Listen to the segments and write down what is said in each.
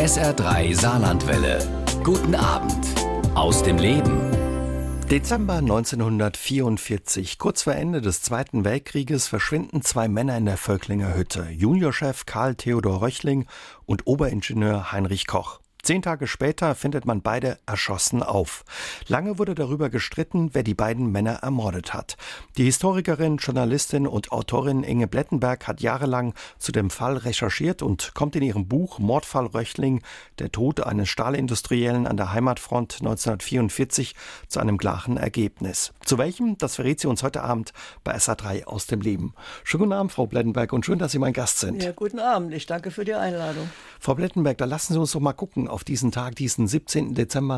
SR3 Saarlandwelle. Guten Abend aus dem Leben. Dezember 1944, kurz vor Ende des Zweiten Weltkrieges, verschwinden zwei Männer in der Völklinger Hütte. Juniorchef Karl Theodor Röchling und Oberingenieur Heinrich Koch. 10 Tage später findet man beide erschossen auf. Lange wurde darüber gestritten, wer die beiden Männer ermordet hat. Die Historikerin, Journalistin und Autorin Inge Blettenberg hat jahrelang zu dem Fall recherchiert und kommt in ihrem Buch Mordfall Röchling, der Tod eines Stahlindustriellen an der Heimatfront 1944 zu einem klaren Ergebnis. Zu welchem, das verrät sie uns heute Abend bei SA3 aus dem Leben. Schönen guten Abend, Frau Blettenberg, und schön, dass Sie mein Gast sind. Ja, guten Abend. Ich danke für die Einladung. Frau Blettenberg, da lassen Sie uns doch mal gucken auf diesen Tag, diesen 17. Dezember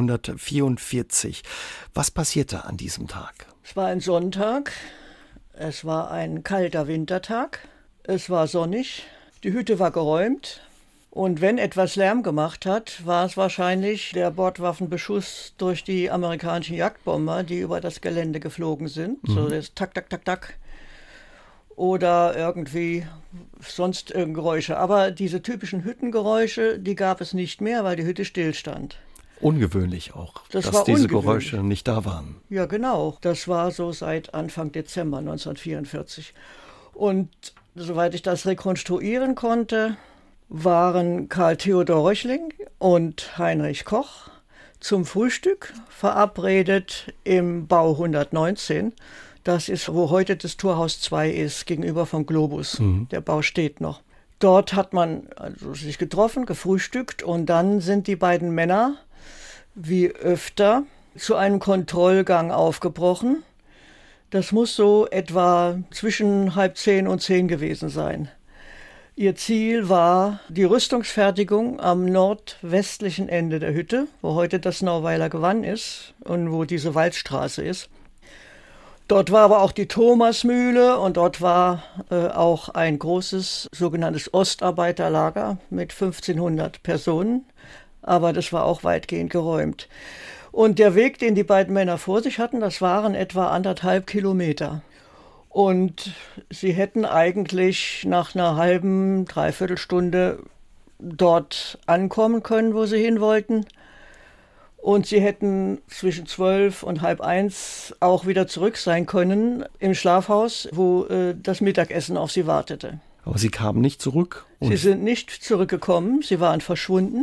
1944. Was passierte an diesem Tag? Es war ein Sonntag, es war ein kalter Wintertag, es war sonnig, die Hütte war geräumt und wenn etwas Lärm gemacht hat, war es wahrscheinlich der Bordwaffenbeschuss durch die amerikanischen Jagdbomber, die über das Gelände geflogen sind. So das Tak, Tak, Tak, Tak. Oder irgendwie sonst irgendeine Geräusche. Aber diese typischen Hüttengeräusche, die gab es nicht mehr, weil die Hütte stillstand. Ungewöhnlich auch, dass diese ungewöhnlich. Geräusche nicht da waren. Ja, genau. Das war so seit Anfang Dezember 1944. Und soweit ich das rekonstruieren konnte, waren Karl Theodor Röchling und Heinrich Koch zum Frühstück verabredet im Bau 119. Das ist, wo heute das Torhaus 2 ist, gegenüber vom Globus. Der Bau steht noch. Dort hat man also sich getroffen, gefrühstückt und dann sind die beiden Männer, wie öfter, zu einem Kontrollgang aufgebrochen. Das muss so etwa zwischen 9:30 und 10 gewesen sein. Ihr Ziel war die Rüstungsfertigung am nordwestlichen Ende der Hütte, wo heute das Nauweiler Gewann ist und wo diese Waldstraße ist. Dort war aber auch die Thomasmühle und dort war auch ein großes sogenanntes Ostarbeiterlager mit 1500 Personen, aber das war auch weitgehend geräumt. Und der Weg, den die beiden Männer vor sich hatten, das waren etwa 1,5 Kilometer. Und sie hätten eigentlich nach einer halben, dreiviertel Stunde dort ankommen können, wo sie hin wollten. Und sie hätten zwischen 12 und 12:30 auch wieder zurück sein können im Schlafhaus, wo das Mittagessen auf sie wartete. Aber sie kamen nicht zurück? Sie sind nicht zurückgekommen, sie waren verschwunden.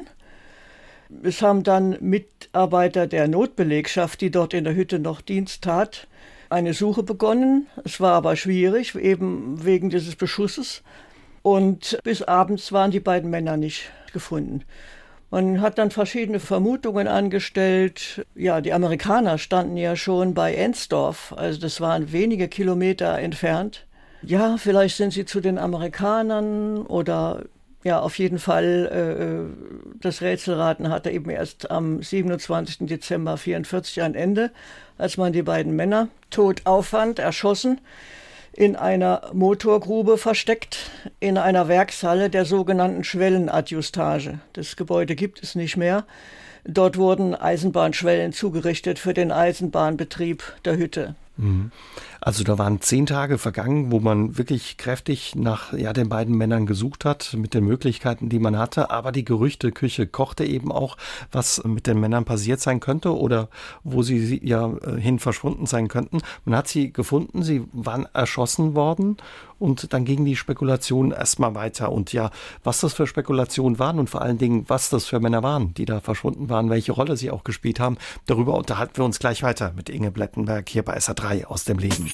Es haben dann Mitarbeiter der Notbelegschaft, die dort in der Hütte noch Dienst tat, eine Suche begonnen. Es war aber schwierig, eben wegen dieses Beschusses. Und bis abends waren die beiden Männer nicht gefunden. Man hat dann verschiedene Vermutungen angestellt. Ja, die Amerikaner standen ja schon bei Ensdorf, also das waren wenige Kilometer entfernt. Ja, vielleicht sind sie zu den Amerikanern oder ja, auf jeden Fall das Rätselraten hatte eben erst am 27. Dezember 1944 ein Ende, als man die beiden Männer tot auffand, erschossen, in einer Motorgrube versteckt, in einer Werkshalle der sogenannten Schwellenadjustage. Das Gebäude gibt es nicht mehr. Dort wurden Eisenbahnschwellen zugerichtet für den Eisenbahnbetrieb der Hütte. Also da waren 10 Tage vergangen, wo man wirklich kräftig nach den beiden Männern gesucht hat, mit den Möglichkeiten, die man hatte. Aber die Gerüchteküche kochte eben auch, was mit den Männern passiert sein könnte oder wo sie hin verschwunden sein könnten. Man hat sie gefunden, sie waren erschossen worden und dann ging die Spekulation erstmal weiter. Und ja, was das für Spekulationen waren und vor allen Dingen, was das für Männer waren, die da verschwunden waren, welche Rolle sie auch gespielt haben, darüber unterhalten wir uns gleich weiter mit Inge Blettenberg hier bei SA3 aus dem Leben.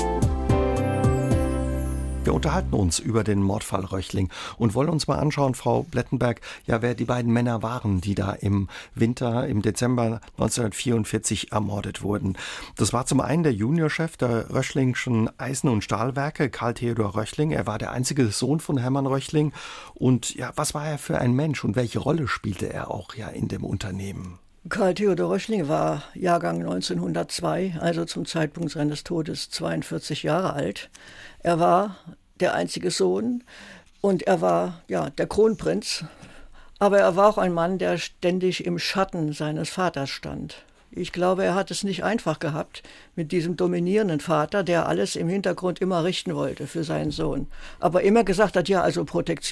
Wir unterhalten uns über den Mordfall Röchling und wollen uns mal anschauen, Frau Blettenberg, wer die beiden Männer waren, die da im Dezember 1944 ermordet wurden. Das war zum einen der Juniorchef der Röchlingschen Eisen- und Stahlwerke, Karl Theodor Röchling. Er war der einzige Sohn von Hermann Röchling. Und was war er für ein Mensch und welche Rolle spielte er auch in dem Unternehmen? Karl Theodor Röchling war Jahrgang 1902, also zum Zeitpunkt seines Todes 42 Jahre alt. Er war der einzige Sohn und er war der Kronprinz. Aber er war auch ein Mann, der ständig im Schatten seines Vaters stand. Ich glaube, er hat es nicht einfach gehabt mit diesem dominierenden Vater, der alles im Hintergrund immer richten wollte für seinen Sohn. Aber immer gesagt hat, also Protektion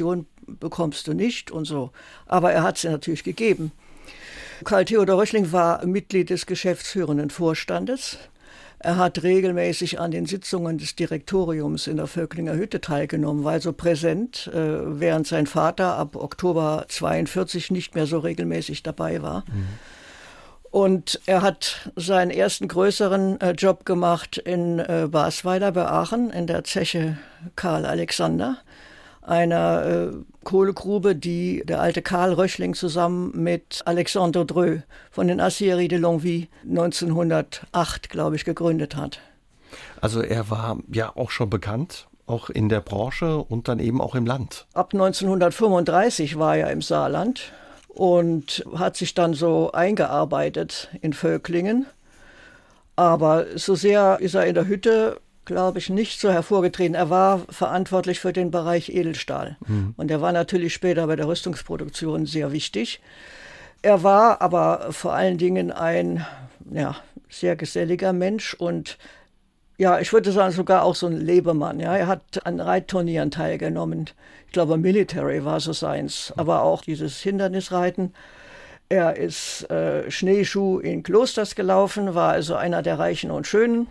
bekommst du nicht und so. Aber er hat sie natürlich gegeben. Karl Theodor Röchling war Mitglied des geschäftsführenden Vorstandes. Er hat regelmäßig an den Sitzungen des Direktoriums in der Völklinger Hütte teilgenommen, war also präsent, während sein Vater ab Oktober 1942 nicht mehr so regelmäßig dabei war. Mhm. Und er hat seinen ersten größeren Job gemacht in Basweiler bei Aachen, in der Zeche Karl Alexander, einer Kohlegrube, die der alte Karl Röchling zusammen mit Alexandre Dreux von den Aciéries de Longwy 1908, glaube ich, gegründet hat. Also er war ja auch schon bekannt, auch in der Branche und dann eben auch im Land. Ab 1935 war er im Saarland und hat sich dann so eingearbeitet in Völklingen. Aber so sehr ist er in der Hütte, glaube ich, nicht so hervorgetreten. Er war verantwortlich für den Bereich Edelstahl. Mhm. Und er war natürlich später bei der Rüstungsproduktion sehr wichtig. Er war aber vor allen Dingen ein sehr geselliger Mensch und ich würde sagen, sogar auch so ein Lebemann. Ja. Er hat an Reitturnieren teilgenommen. Ich glaube, Military war so seins. Aber auch dieses Hindernisreiten. Er ist Schneeschuh in Klosters gelaufen, war also einer der Reichen und Schönen.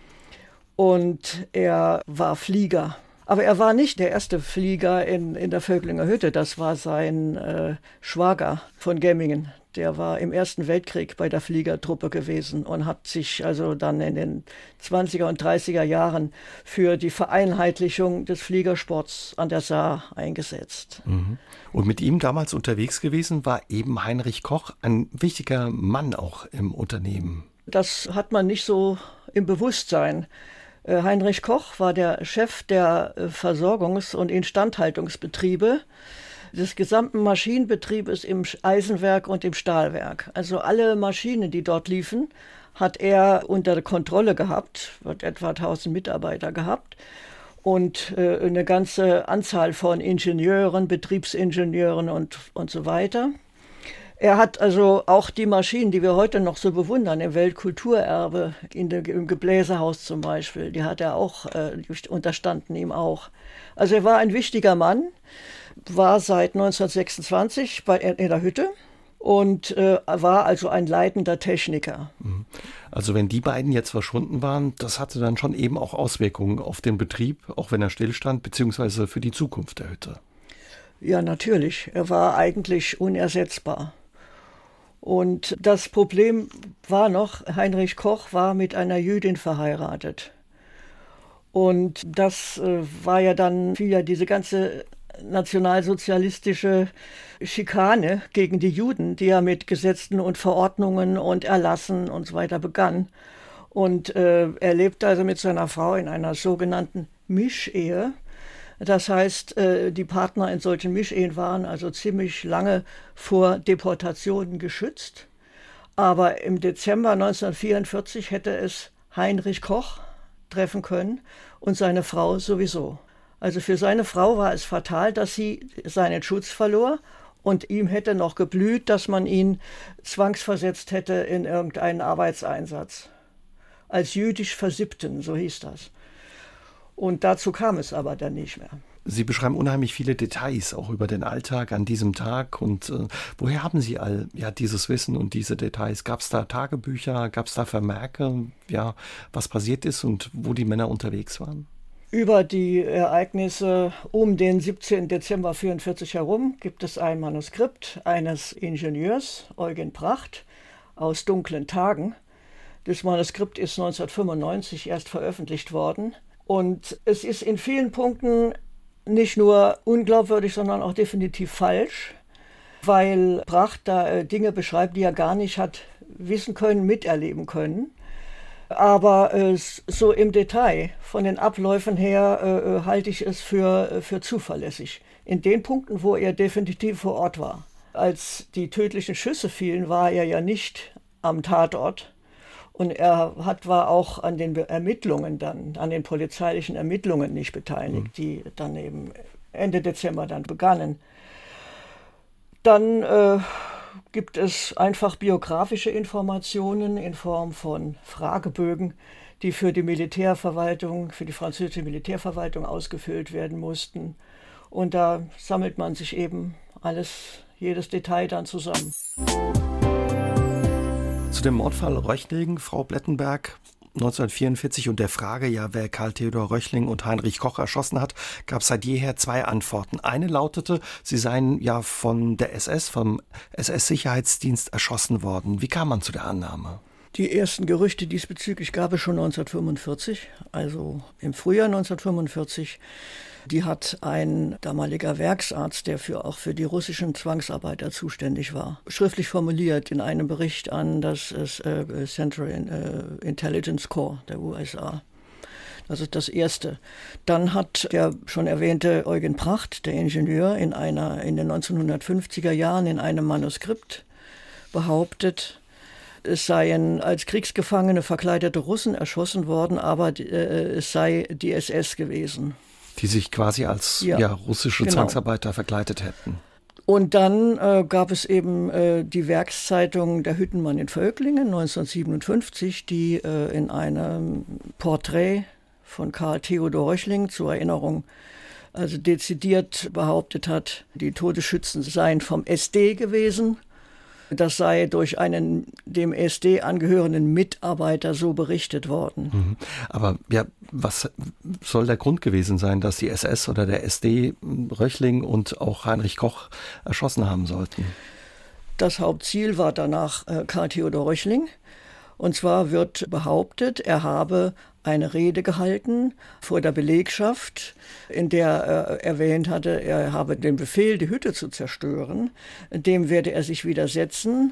Und er war Flieger. Aber er war nicht der erste Flieger in der Völklinger Hütte. Das war sein Schwager von Gemmingen. Der war im Ersten Weltkrieg bei der Fliegertruppe gewesen und hat sich also dann in den 20er und 30er Jahren für die Vereinheitlichung des Fliegersports an der Saar eingesetzt. Mhm. Und mit ihm damals unterwegs gewesen war eben Heinrich Koch, ein wichtiger Mann auch im Unternehmen. Das hat man nicht so im Bewusstsein. Heinrich Koch war der Chef der Versorgungs- und Instandhaltungsbetriebe des gesamten Maschinenbetriebes im Eisenwerk und im Stahlwerk. Also alle Maschinen, die dort liefen, hat er unter Kontrolle gehabt, hat etwa 1000 Mitarbeiter gehabt und eine ganze Anzahl von Ingenieuren, Betriebsingenieuren und so weiter. Er hat also auch die Maschinen, die wir heute noch so bewundern, im Weltkulturerbe, im Gebläsehaus zum Beispiel, die hat er auch, die unterstanden ihm auch. Also er war ein wichtiger Mann, war seit 1926 in der Hütte und war also ein leitender Techniker. Also wenn die beiden jetzt verschwunden waren, das hatte dann schon eben auch Auswirkungen auf den Betrieb, auch wenn er stillstand, beziehungsweise für die Zukunft der Hütte. Ja, natürlich. Er war eigentlich unersetzbar. Und das Problem war noch, Heinrich Koch war mit einer Jüdin verheiratet. Und das war ja dann fiel ja diese ganze nationalsozialistische Schikane gegen die Juden, die ja mit Gesetzen und Verordnungen und Erlassen und so weiter begann. Und er lebte also mit seiner Frau in einer sogenannten Mischehe. Das heißt, die Partner in solchen Mischehen waren also ziemlich lange vor Deportationen geschützt. Aber im Dezember 1944 hätte es Heinrich Koch treffen können und seine Frau sowieso. Also für seine Frau war es fatal, dass sie seinen Schutz verlor und ihm hätte noch geblüht, dass man ihn zwangsversetzt hätte in irgendeinen Arbeitseinsatz. Als jüdisch Versippten, so hieß das. Und dazu kam es aber dann nicht mehr. Sie beschreiben unheimlich viele Details auch über den Alltag an diesem Tag. Und woher haben Sie all dieses Wissen und diese Details? Gab es da Tagebücher, gab es da Vermerke, was passiert ist und wo die Männer unterwegs waren? Über die Ereignisse um den 17. Dezember 1944 herum gibt es ein Manuskript eines Ingenieurs, Eugen Pracht, aus dunklen Tagen. Das Manuskript ist 1995 erst veröffentlicht worden. Und es ist in vielen Punkten nicht nur unglaubwürdig, sondern auch definitiv falsch, weil Pracht da Dinge beschreibt, die er gar nicht hat wissen können, miterleben können. Aber so im Detail, von den Abläufen her, halte ich es für zuverlässig. In den Punkten, wo er definitiv vor Ort war. Als die tödlichen Schüsse fielen, war er ja nicht am Tatort. Und er war auch an den Ermittlungen dann, an den polizeilichen Ermittlungen nicht beteiligt, die dann eben Ende Dezember dann begannen. Dann gibt es einfach biografische Informationen in Form von Fragebögen, die für die Militärverwaltung, für die französische Militärverwaltung ausgefüllt werden mussten. Und da sammelt man sich eben jedes Detail dann zusammen. Zu dem Mordfall Röchling, Frau Plettenberg, 1944 und der Frage, wer Karl Theodor Röchling und Heinrich Koch erschossen hat, gab es seit jeher zwei Antworten. Eine lautete, sie seien von der SS, vom SS-Sicherheitsdienst erschossen worden. Wie kam man zu der Annahme? Die ersten Gerüchte diesbezüglich gab es schon 1945, also im Frühjahr 1945. Die hat ein damaliger Werksarzt, der auch für die russischen Zwangsarbeiter zuständig war, schriftlich formuliert in einem Bericht an das Central Intelligence Corps der USA. Das ist das Erste. Dann hat der schon erwähnte Eugen Pracht, der Ingenieur, in den 1950er Jahren in einem Manuskript behauptet, es seien als Kriegsgefangene verkleidete Russen erschossen worden, aber es sei die SS gewesen. Die sich quasi als russische Zwangsarbeiter verkleidet hätten. Und dann gab es eben die Werkszeitung Der Hüttenmann in Völklingen 1957, die in einem Porträt von Karl Theodor Röchling zur Erinnerung also dezidiert behauptet hat, die Todesschützen seien vom SD gewesen. Das sei durch einen dem SD angehörenden Mitarbeiter so berichtet worden. Aber was soll der Grund gewesen sein, dass die SS oder der SD Röchling und auch Heinrich Koch erschossen haben sollten? Das Hauptziel war danach Karl Theodor Röchling. Und zwar wird behauptet, er habe eine Rede gehalten vor der Belegschaft, in der er erwähnt hatte, er habe den Befehl, die Hütte zu zerstören. Dem werde er sich widersetzen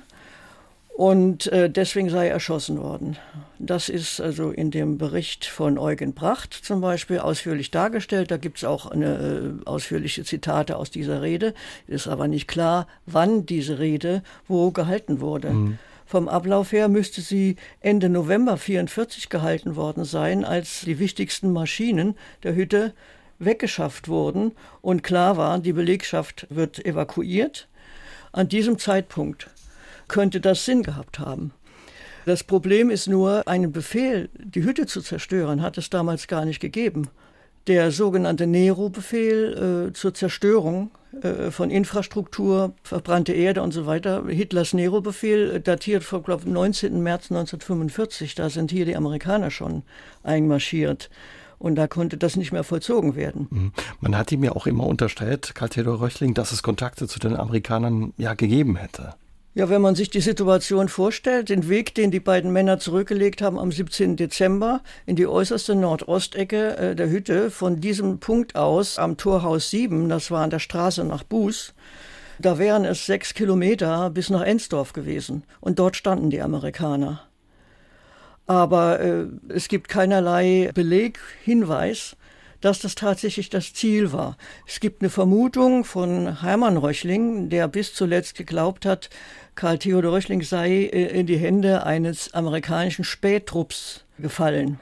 und deswegen sei er erschossen worden. Das ist also in dem Bericht von Eugen Pracht zum Beispiel ausführlich dargestellt. Da gibt es auch ausführliche Zitate aus dieser Rede. Ist aber nicht klar, wann diese Rede wo gehalten wurde. Vom Ablauf her müsste sie Ende November 1944 gehalten worden sein, als die wichtigsten Maschinen der Hütte weggeschafft wurden und klar war, die Belegschaft wird evakuiert. An diesem Zeitpunkt könnte das Sinn gehabt haben. Das Problem ist nur, einen Befehl, die Hütte zu zerstören, hat es damals gar nicht gegeben. Der sogenannte Nero-Befehl zur Zerstörung von Infrastruktur, verbrannte Erde und so weiter, Hitlers Nero-Befehl datiert vom 19. März 1945. Da sind hier die Amerikaner schon einmarschiert. Und da konnte das nicht mehr vollzogen werden. Man hat ihm ja auch immer unterstellt, Karl Theodor Röchling, dass es Kontakte zu den Amerikanern gegeben hätte. Ja, wenn man sich die Situation vorstellt, den Weg, den die beiden Männer zurückgelegt haben am 17. Dezember in die äußerste Nordostecke der Hütte, von diesem Punkt aus am Torhaus 7, das war an der Straße nach Buß, da wären es 6 Kilometer bis nach Ensdorf gewesen. Und dort standen die Amerikaner. Aber es gibt keinerlei Beleg, Hinweis, dass das tatsächlich das Ziel war. Es gibt eine Vermutung von Hermann Röchling, der bis zuletzt geglaubt hat, Karl Theodor Röchling sei in die Hände eines amerikanischen Spähtrupps gefallen.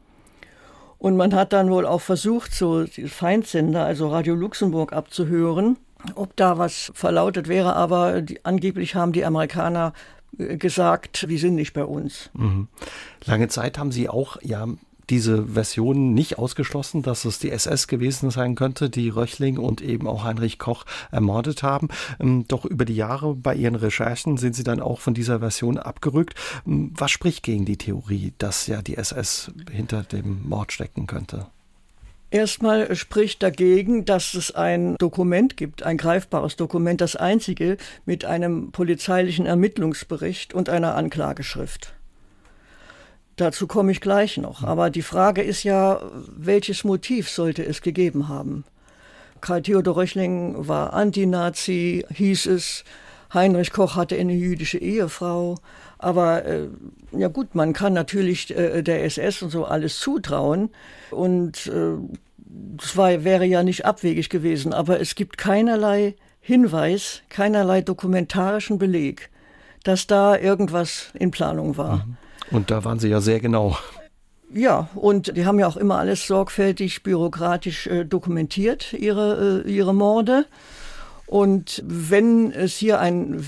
Und man hat dann wohl auch versucht, so die Feindsender, also Radio Luxemburg, abzuhören, ob da was verlautet wäre, aber angeblich haben die Amerikaner gesagt, die sind nicht bei uns. Lange Zeit haben Sie auch diese Version nicht ausgeschlossen, dass es die SS gewesen sein könnte, die Röchling und eben auch Heinrich Koch ermordet haben. Doch über die Jahre bei Ihren Recherchen sind Sie dann auch von dieser Version abgerückt. Was spricht gegen die Theorie, dass die SS hinter dem Mord stecken könnte? Erstmal spricht dagegen, dass es ein Dokument gibt, ein greifbares Dokument, das einzige mit einem polizeilichen Ermittlungsbericht und einer Anklageschrift. Dazu komme ich gleich noch. Aber die Frage ist welches Motiv sollte es gegeben haben? Karl Theodor Röchling war Antinazi, hieß es. Heinrich Koch hatte eine jüdische Ehefrau. Aber man kann natürlich der SS und so alles zutrauen. Und das wäre ja nicht abwegig gewesen. Aber es gibt keinerlei Hinweis, keinerlei dokumentarischen Beleg, dass da irgendwas in Planung war. Und da waren Sie ja sehr genau. Ja, und die haben ja auch immer alles sorgfältig, bürokratisch dokumentiert, ihre Morde. Und wenn es hier ein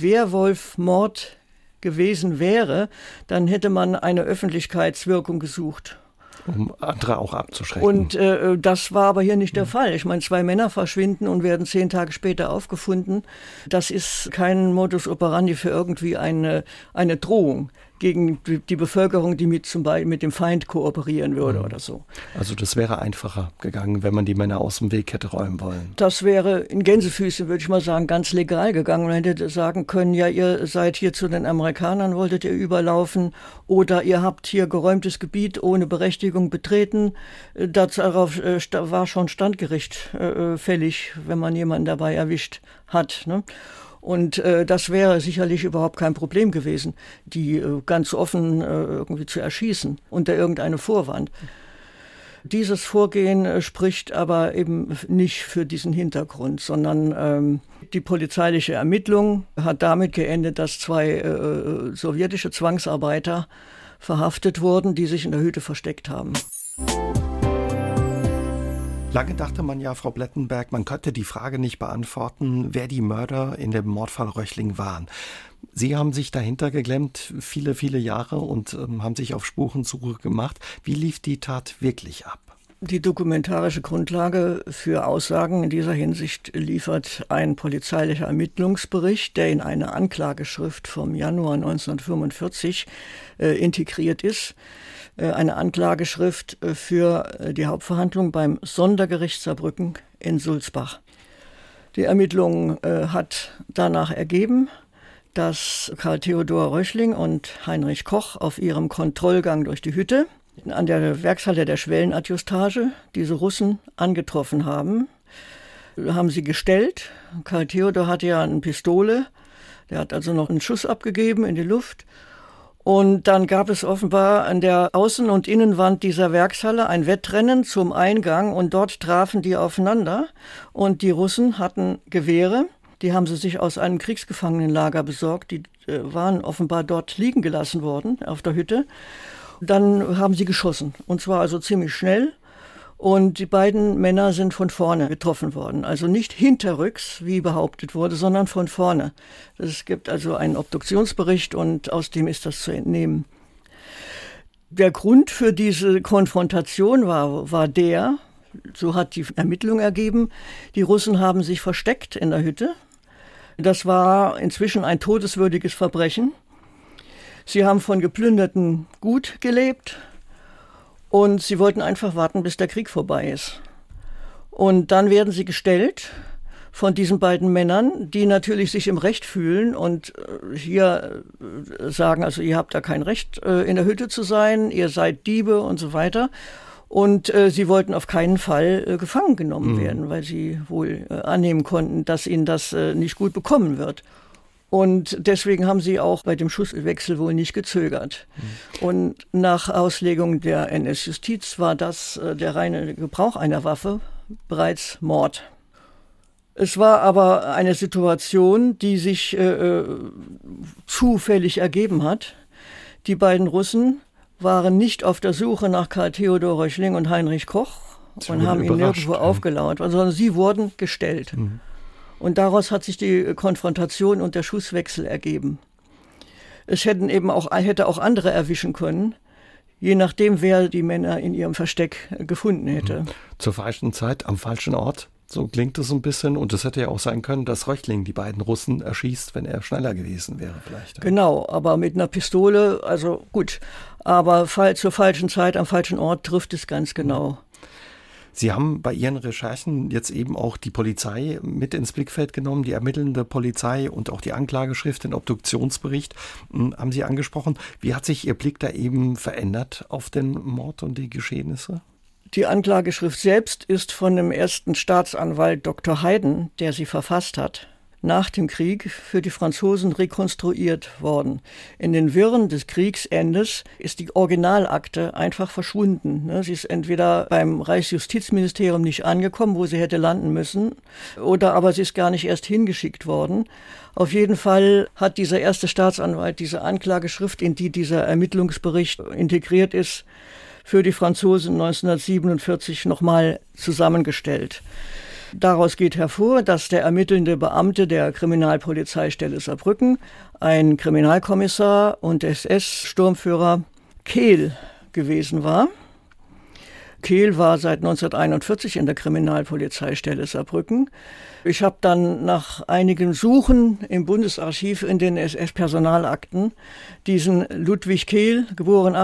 Werwolf-Mord gewesen wäre, dann hätte man eine Öffentlichkeitswirkung gesucht. Um andere auch abzuschrecken. Und das war aber hier nicht der Fall. Ich meine, 2 Männer verschwinden und werden 10 Tage später aufgefunden. Das ist kein Modus operandi für irgendwie eine Drohung gegen die Bevölkerung, die mit dem Feind kooperieren würde oder so. Also das wäre einfacher gegangen, wenn man die Männer aus dem Weg hätte räumen wollen. Das wäre in Gänsefüßchen, würde ich mal sagen, ganz legal gegangen. Man hätte sagen können, ja, ihr seid hier zu den Amerikanern, wolltet ihr überlaufen, oder ihr habt hier geräumtes Gebiet ohne Berechtigung betreten. Darauf war schon Standgericht fällig, wenn man jemanden dabei erwischt hat, ne? Und das wäre sicherlich überhaupt kein Problem gewesen, die ganz offen irgendwie zu erschießen unter irgendeinem Vorwand. Dieses Vorgehen spricht aber eben nicht für diesen Hintergrund, sondern die polizeiliche Ermittlung hat damit geendet, dass 2 sowjetische Zwangsarbeiter verhaftet wurden, die sich in der Hütte versteckt haben. Lange dachte man ja, Frau Plettenberg, man könnte die Frage nicht beantworten, wer die Mörder in dem Mordfall Röchling waren. Sie haben sich dahinter geklemmt, viele, viele Jahre, und haben sich auf Spurensuche gemacht. Wie lief die Tat wirklich ab? Die dokumentarische Grundlage für Aussagen in dieser Hinsicht liefert ein polizeilicher Ermittlungsbericht, der in eine Anklageschrift vom Januar 1945 integriert ist. Eine Anklageschrift für die Hauptverhandlung beim Sondergericht Saarbrücken in Sulzbach. Die Ermittlung hat danach ergeben, dass Karl Theodor Röchling und Heinrich Koch auf ihrem Kontrollgang durch die Hütte an der Werkshalle der Schwellenadjustage diese Russen angetroffen haben. Haben sie gestellt. Karl Theodor hatte ja eine Pistole, der hat also noch einen Schuss abgegeben in die Luft. Und dann gab es offenbar an der Außen- und Innenwand dieser Werkshalle ein Wettrennen zum Eingang, und dort trafen die aufeinander. Und die Russen hatten Gewehre, die haben sie sich aus einem Kriegsgefangenenlager besorgt, die waren offenbar dort liegen gelassen worden auf der Hütte. Dann haben sie geschossen, und zwar also ziemlich schnell. Und die beiden Männer sind von vorne getroffen worden. Also nicht hinterrücks, wie behauptet wurde, sondern von vorne. Es gibt also einen Obduktionsbericht, und aus dem ist das zu entnehmen. Der Grund für diese Konfrontation war der, so hat die Ermittlung ergeben, die Russen haben sich versteckt in der Hütte. Das war inzwischen ein todeswürdiges Verbrechen. Sie haben von geplündertem Gut gelebt. Und sie wollten einfach warten, bis der Krieg vorbei ist. Und dann werden sie gestellt von diesen beiden Männern, die natürlich sich im Recht fühlen und hier sagen, also ihr habt da kein Recht, in der Hütte zu sein, ihr seid Diebe und so weiter. Und sie wollten auf keinen Fall gefangen genommen werden, weil sie wohl annehmen konnten, dass ihnen das nicht gut bekommen wird. Und deswegen haben sie auch bei dem Schusswechsel wohl nicht gezögert. Und nach Auslegung der NS-Justiz war das der reine Gebrauch einer Waffe bereits Mord. Es war aber eine Situation, die sich zufällig ergeben hat. Die beiden Russen waren nicht auf der Suche nach Karl Theodor Röchling und Heinrich Koch und haben ihn nirgendwo aufgelauert, sondern sie wurden gestellt. Und daraus hat sich die Konfrontation und der Schusswechsel ergeben. Es hätte auch andere erwischen können, je nachdem, wer die Männer in ihrem Versteck gefunden hätte. Zur falschen Zeit, am falschen Ort, so klingt es ein bisschen. Und es hätte ja auch sein können, dass Röchling die beiden Russen erschießt, wenn er schneller gewesen wäre vielleicht. Genau, aber mit einer Pistole, also gut. Aber zur falschen Zeit, am falschen Ort trifft es ganz genau. Sie haben bei Ihren Recherchen jetzt eben auch die Polizei mit ins Blickfeld genommen, die ermittelnde Polizei und auch die Anklageschrift, den Obduktionsbericht haben Sie angesprochen. Wie hat sich Ihr Blick da eben verändert auf den Mord und die Geschehnisse? Die Anklageschrift selbst ist von dem ersten Staatsanwalt Dr. Heyden, der sie verfasst hat, nach dem Krieg für die Franzosen rekonstruiert worden. In den Wirren des Kriegsendes ist die Originalakte einfach verschwunden. Sie ist entweder beim Reichsjustizministerium nicht angekommen, wo sie hätte landen müssen, oder aber sie ist gar nicht erst hingeschickt worden. Auf jeden Fall hat dieser erste Staatsanwalt diese Anklageschrift, in die dieser Ermittlungsbericht integriert ist, für die Franzosen 1947 nochmal zusammengestellt. Daraus geht hervor, dass der ermittelnde Beamte der Kriminalpolizeistelle Saarbrücken ein Kriminalkommissar und SS-Sturmführer Kehl gewesen war. Kehl war seit 1941 in der Kriminalpolizeistelle Saarbrücken. Ich habe dann nach einigem Suchen im Bundesarchiv in den SS-Personalakten diesen Ludwig Kehl, geboren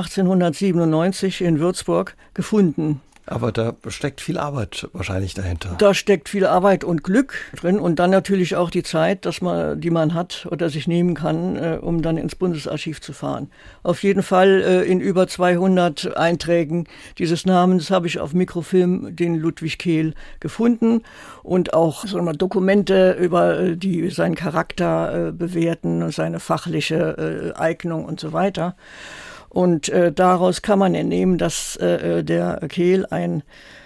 1897 in Würzburg, gefunden. Aber da steckt viel Arbeit wahrscheinlich dahinter. Da steckt viel Arbeit und Glück drin und dann natürlich auch die Zeit, die man hat oder sich nehmen kann, um dann ins Bundesarchiv zu fahren. Auf jeden Fall in über 200 Einträgen dieses Namens habe ich auf Mikrofilm den Ludwig Kehl gefunden und auch Dokumente über die seinen Charakter bewerten, seine fachliche Eignung und so weiter. Und daraus kann man entnehmen, dass der Kehl ein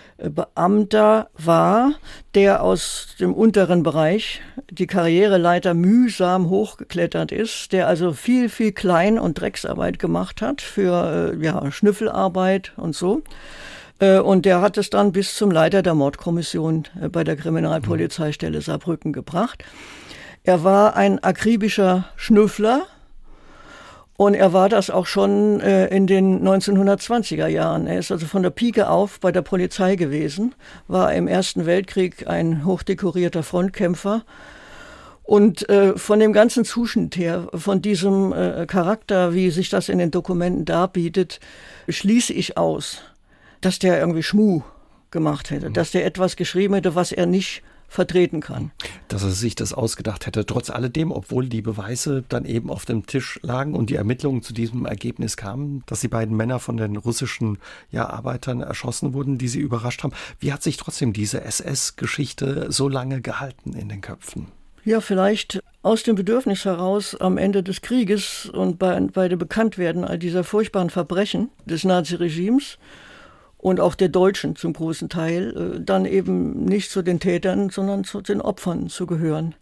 Beamter war, der aus dem unteren Bereich die Karriereleiter mühsam hochgeklettert ist, der also viel, viel Klein- und Drecksarbeit gemacht hat für Schnüffelarbeit und so. Und der hat es dann bis zum Leiter der Mordkommission bei der Kriminalpolizeistelle Saarbrücken gebracht. Er war ein akribischer Schnüffler. Und er war das auch schon in den 1920er Jahren. Er ist also von der Pike auf bei der Polizei gewesen, war im Ersten Weltkrieg ein hochdekorierter Frontkämpfer. Und von dem ganzen Zuschnitt her, von diesem Charakter, wie sich das in den Dokumenten darbietet, schließe ich aus, dass der irgendwie Schmuh gemacht hätte, dass der etwas geschrieben hätte, was er nicht vertreten kann. Dass er sich das ausgedacht hätte, trotz alledem, obwohl die Beweise dann eben auf dem Tisch lagen und die Ermittlungen zu diesem Ergebnis kamen, dass die beiden Männer von den russischen Arbeitern erschossen wurden, die sie überrascht haben. Wie hat sich trotzdem diese SS-Geschichte so lange gehalten in den Köpfen? Ja, vielleicht aus dem Bedürfnis heraus, am Ende des Krieges und bei dem Bekanntwerden all dieser furchtbaren Verbrechen des Naziregimes und auch der Deutschen zum großen Teil, dann eben nicht zu den Tätern, sondern zu den Opfern zu gehören.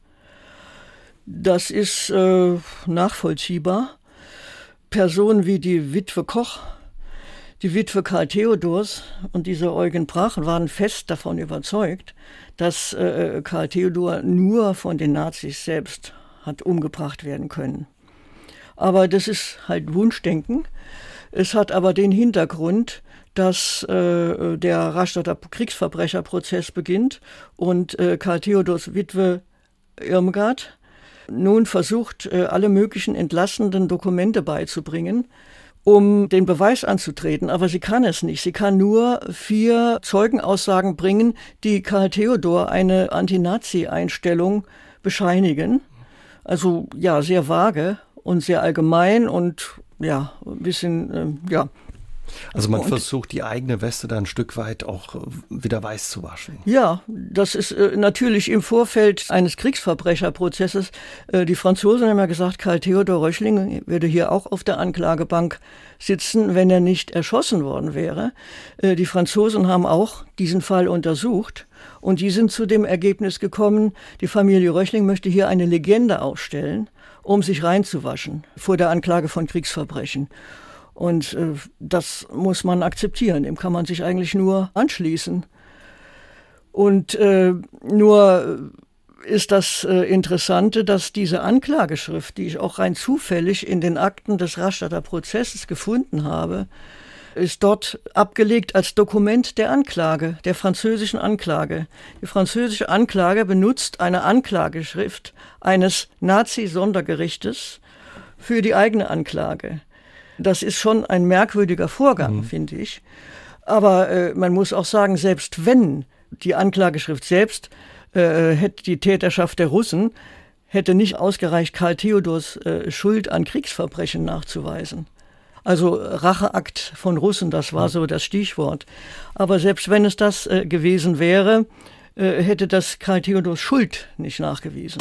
Das ist nachvollziehbar. Personen wie die Witwe Koch, die Witwe Karl Theodors und dieser Eugen Brach waren fest davon überzeugt, dass Karl Theodor nur von den Nazis selbst hat umgebracht werden können. Aber das ist halt Wunschdenken. Es hat aber den Hintergrund, dass der Rastatter Kriegsverbrecherprozess beginnt und Karl Theodors Witwe Irmgard nun versucht, alle möglichen entlastenden Dokumente beizubringen, um den Beweis anzutreten. Aber sie kann es nicht. Sie kann nur 4 Zeugenaussagen bringen, die Karl Theodor eine Anti-Nazi-Einstellung bescheinigen. Also ja, sehr vage und sehr allgemein und ja, ein bisschen, Also man versucht, die eigene Weste da ein Stück weit auch wieder weiß zu waschen. Ja, das ist natürlich im Vorfeld eines Kriegsverbrecherprozesses. Die Franzosen haben ja gesagt, Karl Theodor Röchling würde hier auch auf der Anklagebank sitzen, wenn er nicht erschossen worden wäre. Die Franzosen haben auch diesen Fall untersucht und die sind zu dem Ergebnis gekommen, die Familie Röchling möchte hier eine Legende aufstellen, um sich reinzuwaschen vor der Anklage von Kriegsverbrechen. Und das muss man akzeptieren, dem kann man sich eigentlich nur anschließen. Und nur ist das Interessante, dass diese Anklageschrift, die ich auch rein zufällig in den Akten des Rastatter Prozesses gefunden habe, ist dort abgelegt als Dokument der Anklage, der französischen Anklage. Die französische Anklage benutzt eine Anklageschrift eines Nazi-Sondergerichtes für die eigene Anklage. Das ist schon ein merkwürdiger Vorgang, finde ich. Aber man muss auch sagen, selbst wenn die Anklageschrift selbst hätte die Täterschaft der Russen, hätte nicht ausgereicht, Karl Theodors Schuld an Kriegsverbrechen nachzuweisen. Also Racheakt von Russen, das war so das Stichwort. Aber selbst wenn es das gewesen wäre, hätte das Karl Theodors Schuld nicht nachgewiesen.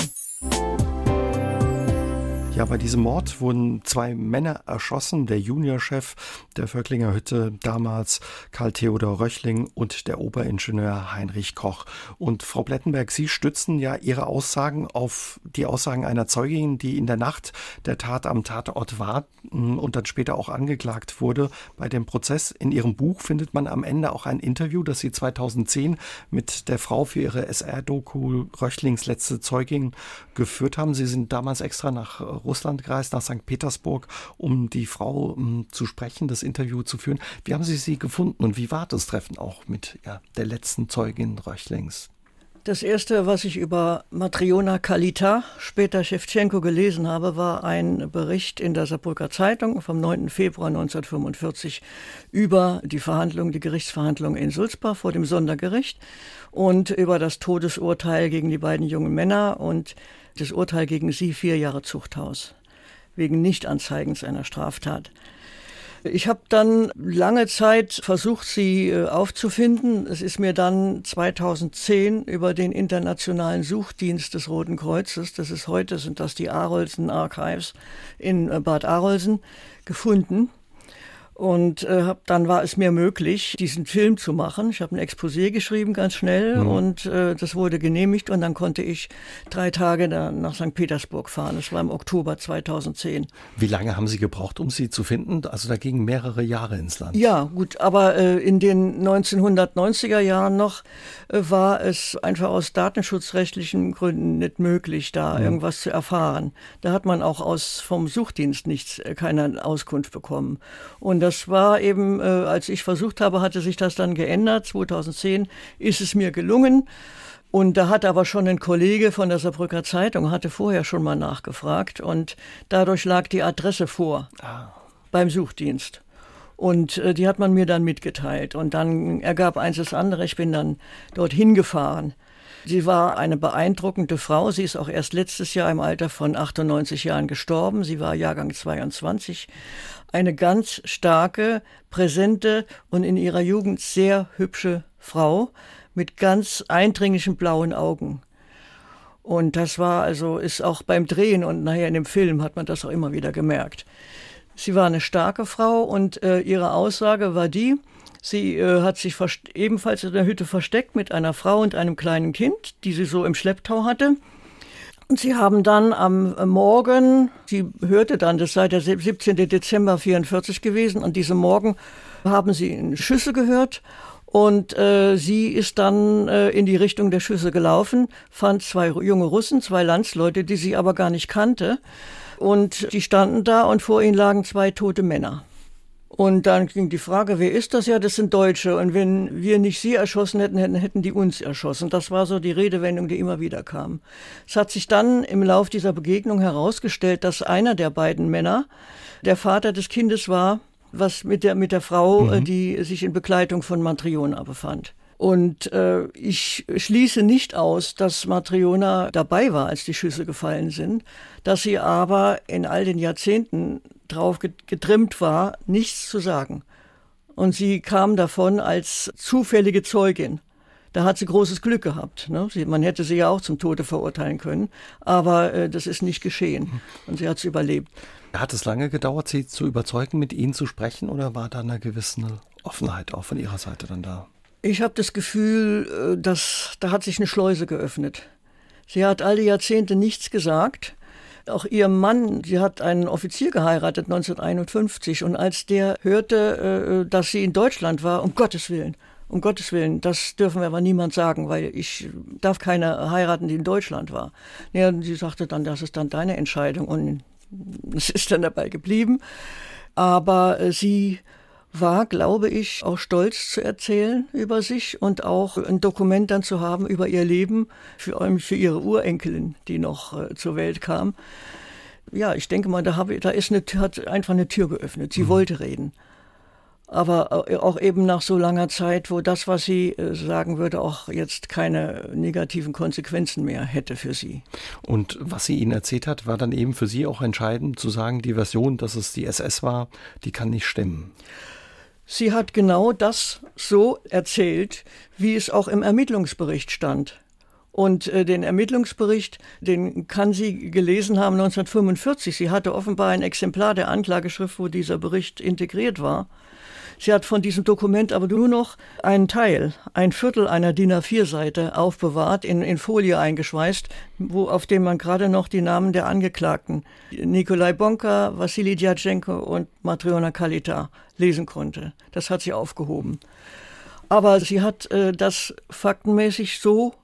Ja, bei diesem Mord wurden 2 Männer erschossen, der Juniorchef der Völklinger Hütte damals, Karl Theodor Röchling, und der Oberingenieur Heinrich Koch. Und Frau Plettenberg, Sie stützen ja Ihre Aussagen auf die Aussagen einer Zeugin, die in der Nacht der Tat am Tatort war und dann später auch angeklagt wurde bei dem Prozess. In Ihrem Buch findet man am Ende auch ein Interview, das Sie 2010 mit der Frau für Ihre SR-Doku Röchlings letzte Zeugin geführt haben. Sie sind damals extra nach Russland gereist, nach St. Petersburg, um die Frau zu sprechen, das Interview zu führen. Wie haben Sie sie gefunden und wie war das Treffen auch mit der letzten Zeugin Röchlings? Das Erste, was ich über Matryona Kalita, später Schewtschenko, gelesen habe, war ein Bericht in der Saarbrücker Zeitung vom 9. Februar 1945 über die Gerichtsverhandlungen in Sulzbach vor dem Sondergericht und über das Todesurteil gegen die beiden jungen Männer und das Urteil gegen sie 4 Jahre Zuchthaus wegen Nichtanzeigens einer Straftat. Ich habe dann lange Zeit versucht, sie aufzufinden. Es ist mir dann 2010 über den internationalen Suchdienst des Roten Kreuzes, sind das die Arolsen Archives in Bad Arolsen, gefunden. Und dann war es mir möglich, diesen Film zu machen. Ich habe ein Exposé geschrieben, ganz schnell, und das wurde genehmigt. Und dann konnte ich 3 Tage nach St. Petersburg fahren. Das war im Oktober 2010. Wie lange haben Sie gebraucht, um sie zu finden? Also da gingen mehrere Jahre ins Land. Ja, gut, aber in den 1990er Jahren noch war es einfach aus datenschutzrechtlichen Gründen nicht möglich, da irgendwas zu erfahren. Da hat man auch vom Suchdienst keine Auskunft bekommen. Und das war eben, als ich versucht habe, hatte sich das dann geändert. 2010 ist es mir gelungen. Und da hat aber schon ein Kollege von der Saarbrücker Zeitung, hatte vorher schon mal nachgefragt. Und dadurch lag die Adresse vor beim Suchdienst. Und die hat man mir dann mitgeteilt. Und dann ergab eins das andere. Ich bin dann dorthin gefahren. Sie war eine beeindruckende Frau. Sie ist auch erst letztes Jahr im Alter von 98 Jahren gestorben. Sie war Jahrgang 22. Eine ganz starke, präsente und in ihrer Jugend sehr hübsche Frau mit ganz eindringlichen blauen Augen. Und das ist auch beim Drehen und nachher in dem Film hat man das auch immer wieder gemerkt. Sie war eine starke Frau und ihre Aussage war die, sie hat sich ebenfalls in der Hütte versteckt mit einer Frau und einem kleinen Kind, die sie so im Schlepptau hatte. Und sie haben dann am Morgen, sie hörte dann, das sei der 17. Dezember 1944 gewesen, an diesem Morgen haben sie Schüsse gehört und sie ist dann in die Richtung der Schüsse gelaufen, fand 2 junge Russen, 2 Landsleute, die sie aber gar nicht kannte. Und die standen da und vor ihnen lagen 2 tote Männer. Und dann ging die Frage, wer ist das? Ja, das sind Deutsche. Und wenn wir nicht sie erschossen hätten, hätten die uns erschossen. Das war so die Redewendung, die immer wieder kam. Es hat sich dann im Lauf dieser Begegnung herausgestellt, dass einer der beiden Männer der Vater des Kindes war, was mit der Frau, die sich in Begleitung von Matryona befand. Und ich schließe nicht aus, dass Matryona dabei war, als die Schüsse gefallen sind, dass sie aber in all den Jahrzehnten drauf getrimmt war, nichts zu sagen. Und sie kam davon als zufällige Zeugin. Da hat sie großes Glück gehabt. Ne? Man hätte sie ja auch zum Tode verurteilen können, aber das ist nicht geschehen. Und sie hat es überlebt. Hat es lange gedauert, Sie zu überzeugen, mit Ihnen zu sprechen, oder war da eine gewisse Offenheit auch von Ihrer Seite dann da? Ich habe das Gefühl, da hat sich eine Schleuse geöffnet. Sie hat all die Jahrzehnte nichts gesagt. Auch ihr Mann, sie hat einen Offizier geheiratet 1951 und als der hörte, dass sie in Deutschland war, um Gottes Willen, das dürfen wir aber niemand sagen, weil ich darf keine heiraten, die in Deutschland war. Ja, sie sagte dann, das ist dann deine Entscheidung und es ist dann dabei geblieben. Aber sie war, glaube ich, auch stolz zu erzählen über sich und auch ein Dokument dann zu haben über ihr Leben, für ihre Urenkelin, die noch zur Welt kam. Ja, ich denke mal, hat einfach eine Tür geöffnet. Sie wollte reden. Aber auch eben nach so langer Zeit, wo das, was sie sagen würde, auch jetzt keine negativen Konsequenzen mehr hätte für sie. Und was sie Ihnen erzählt hat, war dann eben für Sie auch entscheidend zu sagen, die Version, dass es die SS war, die kann nicht stimmen. Sie hat genau das so erzählt, wie es auch im Ermittlungsbericht stand. Und den Ermittlungsbericht, den kann sie gelesen haben 1945. Sie hatte offenbar ein Exemplar der Anklageschrift, wo dieser Bericht integriert war. Sie hat von diesem Dokument aber nur noch einen Teil, ein Viertel einer DIN A4-Seite aufbewahrt, in Folie eingeschweißt, auf dem man gerade noch die Namen der Angeklagten, Nikolai Bonka, Wassili Djatschenko und Matryona Kalita, lesen konnte. Das hat sie aufgehoben. Aber sie hat das faktenmäßig so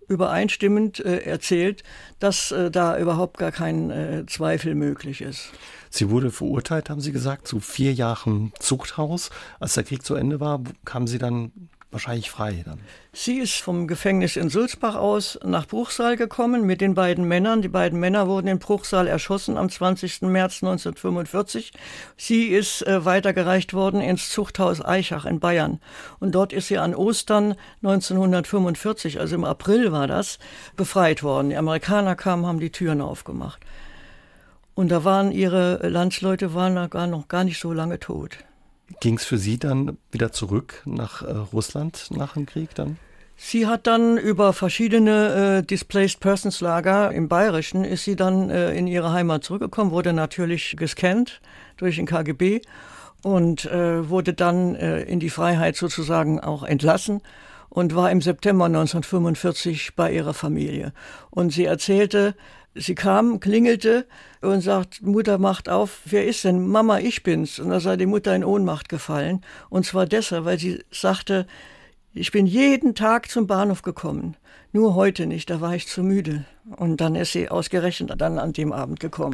übereinstimmend erzählt, dass da überhaupt gar kein Zweifel möglich ist. Sie wurde verurteilt, haben Sie gesagt, zu 4 Jahren Zuchthaus. Als der Krieg zu Ende war, kam sie dann wahrscheinlich frei dann. Sie ist vom Gefängnis in Sulzbach aus nach Bruchsal gekommen mit den beiden Männern. Die beiden Männer wurden in Bruchsal erschossen am 20. März 1945. Sie ist weitergereicht worden ins Zuchthaus Aichach in Bayern. Und dort ist sie an Ostern 1945, also im April war das, befreit worden. Die Amerikaner kamen, haben die Türen aufgemacht. Und da waren ihre Landsleute noch gar nicht so lange tot. Ging es für Sie dann wieder zurück nach Russland nach dem Krieg dann? Sie hat dann über verschiedene Displaced Persons Lager im Bayerischen, ist sie dann in ihre Heimat zurückgekommen, wurde natürlich gescannt durch den KGB und wurde dann in die Freiheit sozusagen auch entlassen und war im September 1945 bei ihrer Familie. Und sie erzählte, sie kam, klingelte und sagt, Mutter, macht auf, wer ist denn? Mama, ich bin's. Und da sei die Mutter in Ohnmacht gefallen. Und zwar deshalb, weil sie sagte, ich bin jeden Tag zum Bahnhof gekommen. Nur heute nicht, da war ich zu müde. Und dann ist sie ausgerechnet dann an dem Abend gekommen.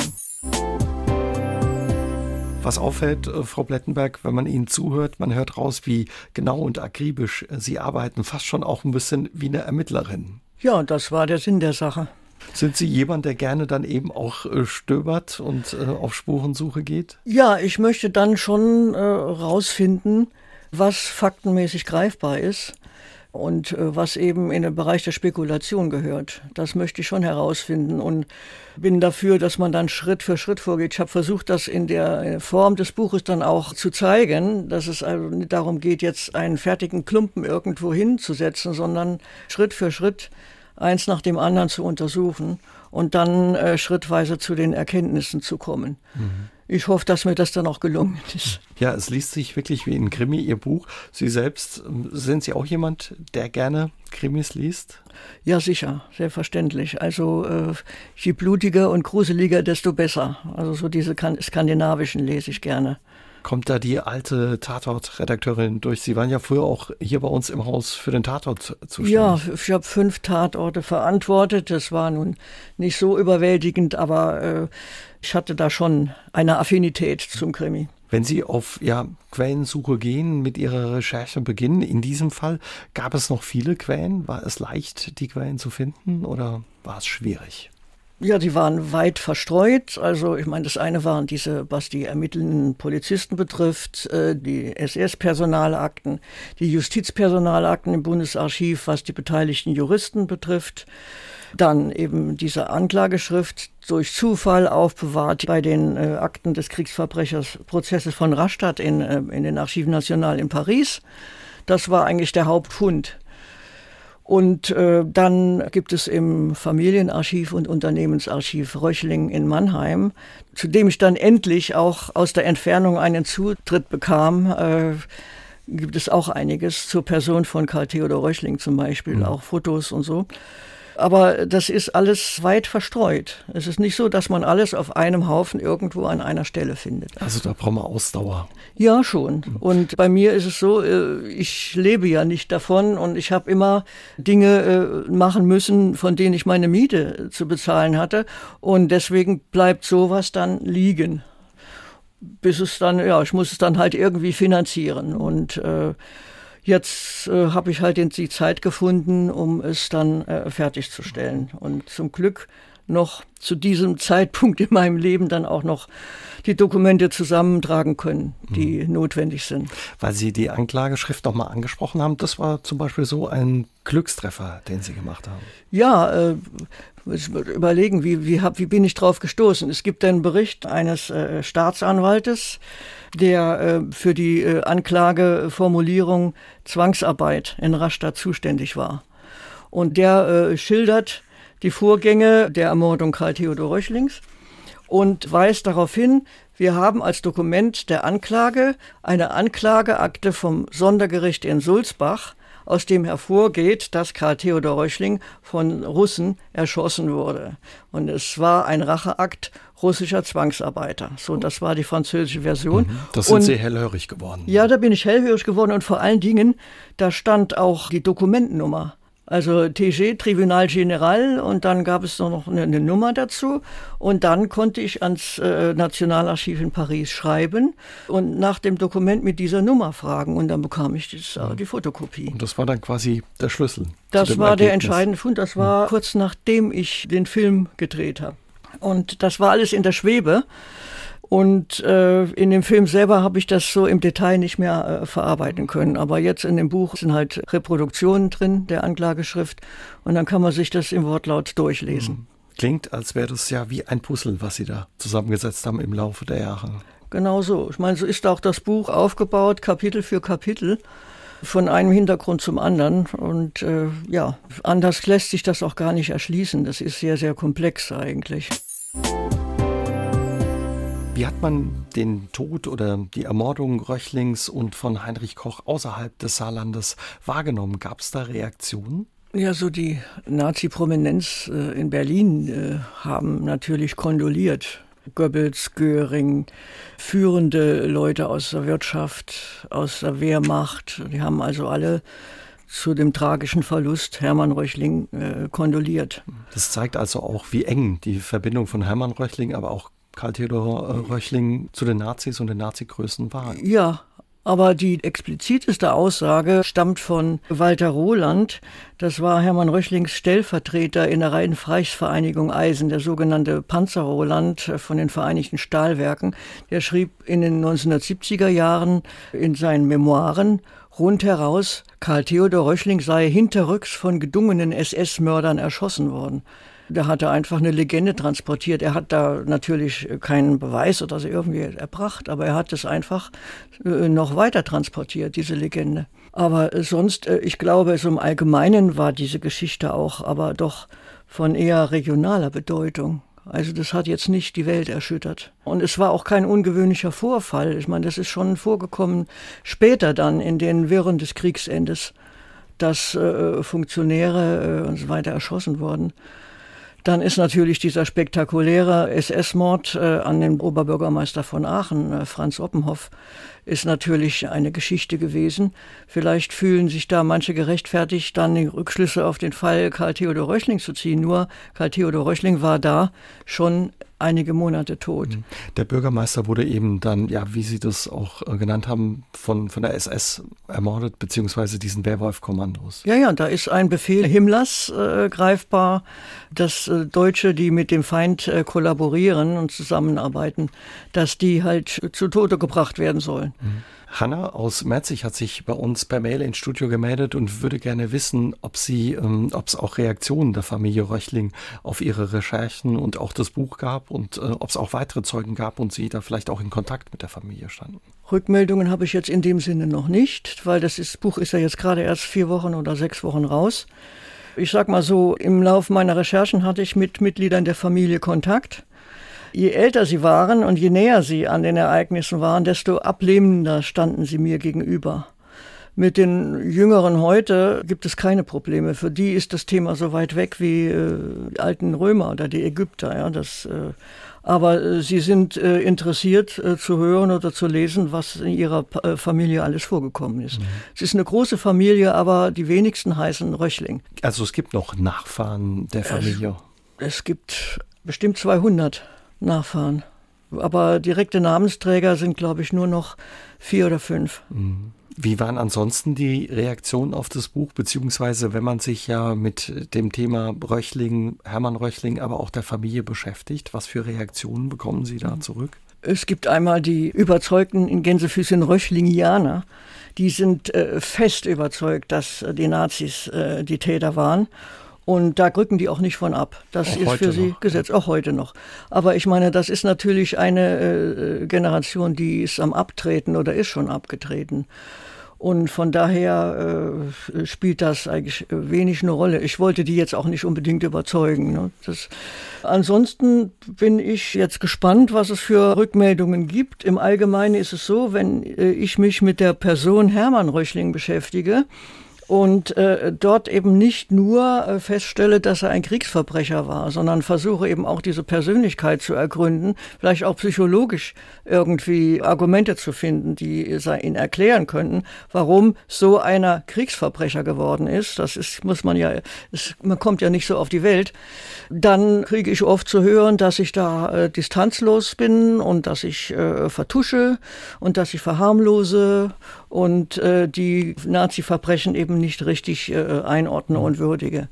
Was auffällt, Frau Plettenberg, wenn man Ihnen zuhört, man hört raus, wie genau und akribisch Sie arbeiten, fast schon auch ein bisschen wie eine Ermittlerin. Ja, das war der Sinn der Sache. Sind Sie jemand, der gerne dann eben auch stöbert und auf Spurensuche geht? Ja, ich möchte dann schon rausfinden, was faktenmäßig greifbar ist und was eben in den Bereich der Spekulation gehört. Das möchte ich schon herausfinden und bin dafür, dass man dann Schritt für Schritt vorgeht. Ich habe versucht, das in der Form des Buches dann auch zu zeigen, dass es also nicht darum geht, jetzt einen fertigen Klumpen irgendwo hinzusetzen, sondern Schritt für Schritt eins nach dem anderen zu untersuchen und dann schrittweise zu den Erkenntnissen zu kommen. Mhm. Ich hoffe, dass mir das dann auch gelungen ist. Ja, es liest sich wirklich wie ein Krimi, Ihr Buch. Sie selbst, sind Sie auch jemand, der gerne Krimis liest? Ja, sicher, selbstverständlich. Also je blutiger und gruseliger, desto besser. Also so diese skandinavischen lese ich gerne. Kommt da die alte Tatort-Redakteurin durch? Sie waren ja früher auch hier bei uns im Haus für den Tatort zuständig. Ja, ich habe 5 Tatorte verantwortet. Das war nun nicht so überwältigend, aber ich hatte da schon eine Affinität zum Krimi. Wenn Sie auf Quellensuche gehen, mit Ihrer Recherche beginnen, in diesem Fall, gab es noch viele Quellen? War es leicht, die Quellen zu finden oder war es schwierig? Ja, die waren weit verstreut. Also ich meine, das eine waren diese, was die ermittelnden Polizisten betrifft, die SS-Personalakten, die Justizpersonalakten im Bundesarchiv, was die beteiligten Juristen betrifft. Dann eben diese Anklageschrift durch Zufall aufbewahrt bei den Akten des Kriegsverbrechersprozesses von Rastatt in den Archives Nationaux in Paris. Das war eigentlich der Hauptfund. Und dann gibt es im Familienarchiv und Unternehmensarchiv Röchling in Mannheim, zu dem ich dann endlich auch aus der Entfernung einen Zutritt bekam, gibt es auch einiges zur Person von Karl Theodor Röchling zum Beispiel, auch Fotos und so. Aber das ist alles weit verstreut. Es ist nicht so, dass man alles auf einem Haufen irgendwo an einer Stelle findet. Also da brauchen wir Ausdauer. Ja, schon. Und bei mir ist es so, ich lebe ja nicht davon und ich habe immer Dinge machen müssen, von denen ich meine Miete zu bezahlen hatte. Und deswegen bleibt sowas dann liegen. Bis es dann, ich muss es dann halt irgendwie finanzieren. Und jetzt habe ich halt die Zeit gefunden, um es dann fertigzustellen. Und zum Glück noch zu diesem Zeitpunkt in meinem Leben dann auch noch die Dokumente zusammentragen können, die notwendig sind. Weil Sie die Anklageschrift nochmal angesprochen haben, das war zum Beispiel so ein Glückstreffer, den Sie gemacht haben. Ja, überlegen, wie bin ich drauf gestoßen? Es gibt einen Bericht eines Staatsanwaltes, der für die Anklageformulierung Zwangsarbeit in Rastatt zuständig war. Und der schildert die Vorgänge der Ermordung Karl Theodor Röchlings und weist darauf hin, wir haben als Dokument der Anklage eine Anklageakte vom Sondergericht in Sulzbach, aus dem hervorgeht, dass Karl Theodor Röchling von Russen erschossen wurde. Und es war ein Racheakt russischer Zwangsarbeiter. So, das war die französische Version. Das sind Sie hellhörig geworden. Ja, da bin ich hellhörig geworden und vor allen Dingen, da stand auch die Dokumentennummer. Also TG, Tribunal General, und dann gab es noch eine Nummer dazu. Und dann konnte ich ans Nationalarchiv in Paris schreiben und nach dem Dokument mit dieser Nummer fragen. Und dann bekam ich die Fotokopie. Und das war dann quasi der Schlüssel. Das war der entscheidende Fund. Das war kurz nachdem ich den Film gedreht habe. Und das war alles in der Schwebe. Und in dem Film selber habe ich das so im Detail nicht mehr verarbeiten können. Aber jetzt in dem Buch sind halt Reproduktionen drin, der Anklageschrift. Und dann kann man sich das im Wortlaut durchlesen. Klingt, als wäre das ja wie ein Puzzle, was Sie da zusammengesetzt haben im Laufe der Jahre. Genau so. Ich meine, so ist auch das Buch aufgebaut, Kapitel für Kapitel, von einem Hintergrund zum anderen. Und anders lässt sich das auch gar nicht erschließen. Das ist sehr, sehr komplex eigentlich. Wie hat man den Tod oder die Ermordung Röchlings und von Heinrich Koch außerhalb des Saarlandes wahrgenommen? Gab es da Reaktionen? Ja, so die Nazi-Prominenz in Berlin haben natürlich kondoliert. Goebbels, Göring, führende Leute aus der Wirtschaft, aus der Wehrmacht, die haben also alle zu dem tragischen Verlust Hermann Röchling kondoliert. Das zeigt also auch, wie eng die Verbindung von Hermann Röchling, aber auch Karl Theodor Röchling zu den Nazis und den Nazi-Größen war. Ja, aber die expliziteste Aussage stammt von Walter Roland. Das war Hermann Röchlings Stellvertreter in der Reichsvereinigung Eisen, der sogenannte Panzer Roland von den Vereinigten Stahlwerken. Der schrieb in den 1970er Jahren in seinen Memoiren rundheraus, Karl Theodor Röchling sei hinterrücks von gedungenen SS-Mördern erschossen worden. Der hatte einfach eine Legende transportiert. Er hat da natürlich keinen Beweis oder so irgendwie erbracht, aber er hat es einfach noch weiter transportiert, diese Legende. Aber sonst, ich glaube, so im Allgemeinen war diese Geschichte auch, aber doch von eher regionaler Bedeutung. Also das hat jetzt nicht die Welt erschüttert. Und es war auch kein ungewöhnlicher Vorfall. Ich meine, das ist schon vorgekommen später dann in den Wirren des Kriegsendes, dass Funktionäre und so weiter erschossen wurden. Dann ist natürlich dieser spektakuläre SS-Mord an den Oberbürgermeister von Aachen, Franz Oppenhoff, ist natürlich eine Geschichte gewesen. Vielleicht fühlen sich da manche gerechtfertigt, dann die Rückschlüsse auf den Fall Karl Theodor Röchling zu ziehen. Nur Karl Theodor Röchling war da schon einige Monate tot. Der Bürgermeister wurde eben dann, ja, wie Sie das auch genannt haben, von der SS ermordet, beziehungsweise diesen Werwolf-Kommandos. Ja, da ist ein Befehl Himmlers greifbar, dass Deutsche, die mit dem Feind kollaborieren und zusammenarbeiten, dass die halt zu Tode gebracht werden sollen. Hanna aus Merzig hat sich bei uns per Mail ins Studio gemeldet und würde gerne wissen, ob es auch Reaktionen der Familie Röchling auf ihre Recherchen und auch das Buch gab und ob es auch weitere Zeugen gab und sie da vielleicht auch in Kontakt mit der Familie standen. Rückmeldungen habe ich jetzt in dem Sinne noch nicht, weil das Buch ist ja jetzt gerade erst 4 Wochen oder 6 Wochen raus. Ich sag mal so, im Laufe meiner Recherchen hatte ich mit Mitgliedern der Familie Kontakt. Je älter sie waren und je näher sie an den Ereignissen waren, desto ablehnender standen sie mir gegenüber. Mit den Jüngeren heute gibt es keine Probleme. Für die ist das Thema so weit weg wie die alten Römer oder die Ägypter. Ja, aber sie sind interessiert zu hören oder zu lesen, was in ihrer Familie alles vorgekommen ist. Es ist eine große Familie, aber die wenigsten heißen Röchling. Also es gibt noch Nachfahren der Familie? Es gibt bestimmt 200 Nachfahren. Aber direkte Namensträger sind, glaube ich, nur noch 4 oder 5. Wie waren ansonsten die Reaktionen auf das Buch, beziehungsweise wenn man sich ja mit dem Thema Röchling, Hermann Röchling, aber auch der Familie beschäftigt, was für Reaktionen bekommen Sie da zurück? Es gibt einmal die überzeugten in Gänsefüßchen Röchlingianer, die sind fest überzeugt, dass die Nazis die Täter waren. Und da rücken die auch nicht von ab. Das ist für sie Gesetz, auch heute noch. Aber ich meine, das ist natürlich eine Generation, die ist am Abtreten oder ist schon abgetreten. Und von daher spielt das eigentlich wenig eine Rolle. Ich wollte die jetzt auch nicht unbedingt überzeugen. Ne? Ansonsten bin ich jetzt gespannt, was es für Rückmeldungen gibt. Im Allgemeinen ist es so, wenn ich mich mit der Person Hermann Röchling beschäftige, und dort eben nicht nur feststelle, dass er ein Kriegsverbrecher war, sondern versuche eben auch diese Persönlichkeit zu ergründen, vielleicht auch psychologisch irgendwie Argumente zu finden, die ihn erklären könnten, warum so einer Kriegsverbrecher geworden ist. Man kommt ja nicht so auf die Welt. Dann kriege ich oft zu hören, dass ich da distanzlos bin und dass ich vertusche und dass ich verharmlose und die Nazi-Verbrechen eben nicht richtig einordne und würdige.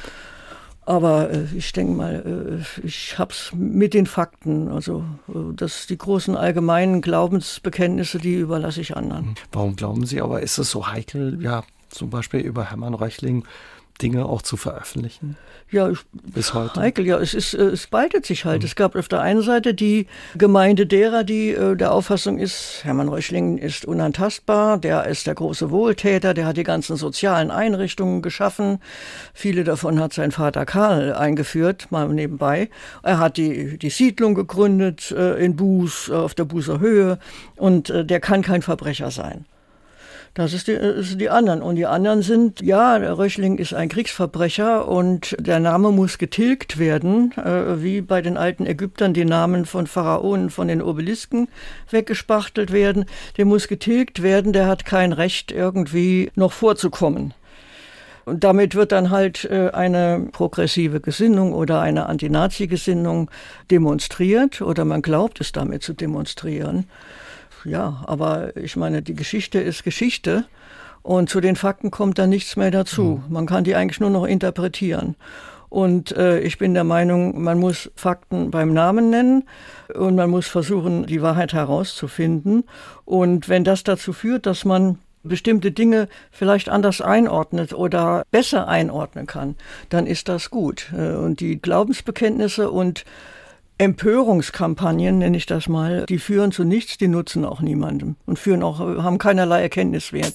Aber ich denke mal, ich hab's mit den Fakten. Also die großen allgemeinen Glaubensbekenntnisse, die überlasse ich anderen. Warum glauben Sie aber, ist es so heikel, ja, zum Beispiel über Hermann Röchling Dinge auch zu veröffentlichen? Ja, bis heute. Heikel, ja, es spaltet sich halt. Es gab auf der einen Seite die Gemeinde derer, die der Auffassung ist, Hermann Röchling ist unantastbar, der ist der große Wohltäter, der hat die ganzen sozialen Einrichtungen geschaffen. Viele davon hat sein Vater Karl eingeführt, mal nebenbei. Er hat die Siedlung gegründet in Buß, auf der Bußer Höhe, und der kann kein Verbrecher sein. Das ist die anderen. Und die anderen sind, ja, der Röchling ist ein Kriegsverbrecher und der Name muss getilgt werden, wie bei den alten Ägyptern die Namen von Pharaonen von den Obelisken weggespachtelt werden. Der muss getilgt werden, der hat kein Recht, irgendwie noch vorzukommen. Und damit wird dann halt eine progressive Gesinnung oder eine Anti-Nazi-Gesinnung demonstriert, oder man glaubt es damit zu demonstrieren. Ja, aber ich meine, die Geschichte ist Geschichte und zu den Fakten kommt da nichts mehr dazu. Man kann die eigentlich nur noch interpretieren. Und ich bin der Meinung, man muss Fakten beim Namen nennen und man muss versuchen, die Wahrheit herauszufinden. Und wenn das dazu führt, dass man bestimmte Dinge vielleicht anders einordnet oder besser einordnen kann, dann ist das gut. Und die Glaubensbekenntnisse und Empörungskampagnen, nenne ich das mal, die führen zu nichts, die nutzen auch niemandem und haben keinerlei Erkenntniswert.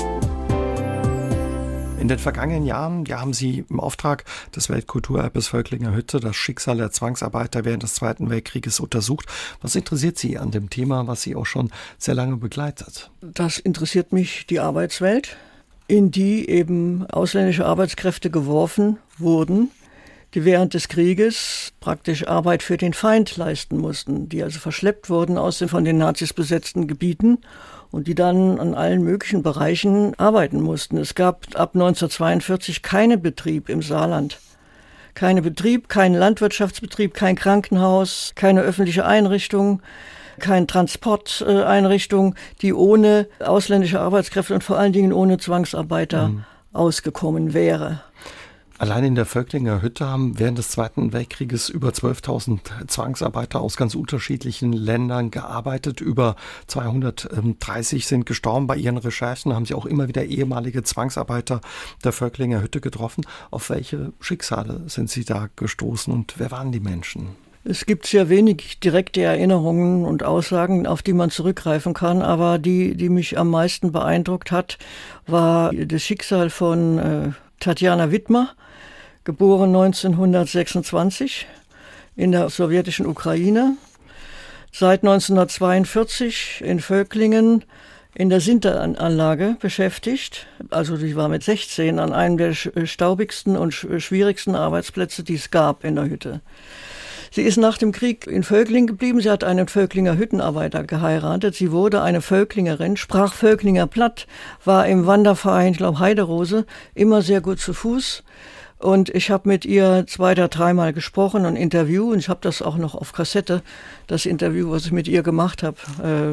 In den vergangenen Jahren haben Sie im Auftrag des Weltkulturerbes Völklinger Hütte das Schicksal der Zwangsarbeiter während des Zweiten Weltkrieges untersucht. Was interessiert Sie an dem Thema, was Sie auch schon sehr lange begleitet? Das interessiert mich die Arbeitswelt, in die eben ausländische Arbeitskräfte geworfen wurden, die während des Krieges praktisch Arbeit für den Feind leisten mussten, die also verschleppt wurden aus den von den Nazis besetzten Gebieten und die dann an allen möglichen Bereichen arbeiten mussten. Es gab ab 1942 keinen Betrieb im Saarland. Keinen Betrieb, keinen Landwirtschaftsbetrieb, kein Krankenhaus, keine öffentliche Einrichtung, keine Transporteinrichtung, die ohne ausländische Arbeitskräfte und vor allen Dingen ohne Zwangsarbeiter ausgekommen wäre. Allein in der Völklinger Hütte haben während des Zweiten Weltkrieges über 12.000 Zwangsarbeiter aus ganz unterschiedlichen Ländern gearbeitet. Über 230 sind gestorben. Bei Ihren Recherchen haben Sie auch immer wieder ehemalige Zwangsarbeiter der Völklinger Hütte getroffen. Auf welche Schicksale sind Sie da gestoßen und wer waren die Menschen? Es gibt sehr wenig direkte Erinnerungen und Aussagen, auf die man zurückgreifen kann, aber die mich am meisten beeindruckt hat, war das Schicksal von Tatjana Wittmer, geboren 1926 in der sowjetischen Ukraine, seit 1942 in Völklingen in der Sinteranlage beschäftigt. Also sie war mit 16 an einem der staubigsten und schwierigsten Arbeitsplätze, die es gab in der Hütte. Sie ist nach dem Krieg in Völkling geblieben. Sie hat einen Völklinger Hüttenarbeiter geheiratet. Sie wurde eine Völklingerin, sprach Völklinger platt, war im Wanderverein, ich glaube Heiderose, immer sehr gut zu Fuß. Und ich habe mit ihr 2 oder 3 Mal gesprochen und Interview. Und ich habe das auch noch auf Kassette, das Interview, was ich mit ihr gemacht habe,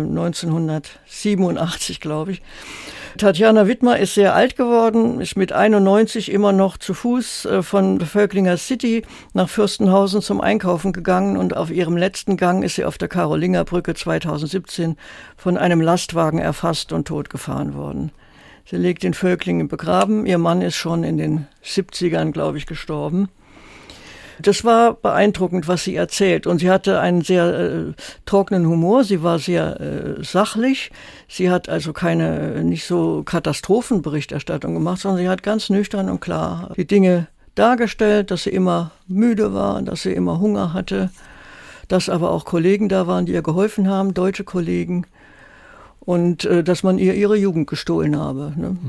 1987, glaube ich. Tatjana Wittmer ist sehr alt geworden, ist mit 91 immer noch zu Fuß von Völklinger City nach Fürstenhausen zum Einkaufen gegangen. Und auf ihrem letzten Gang ist sie auf der Karolingerbrücke 2017 von einem Lastwagen erfasst und totgefahren worden. Sie liegt in Völklingen begraben. Ihr Mann ist schon in den 70ern, glaube ich, gestorben. Das war beeindruckend, was sie erzählt. Und sie hatte einen sehr trockenen Humor. Sie war sehr sachlich. Sie hat also nicht so Katastrophenberichterstattung gemacht, sondern sie hat ganz nüchtern und klar die Dinge dargestellt, dass sie immer müde war, dass sie immer Hunger hatte, dass aber auch Kollegen da waren, die ihr geholfen haben, deutsche Kollegen. Und dass man ihr ihre Jugend gestohlen habe. Ne?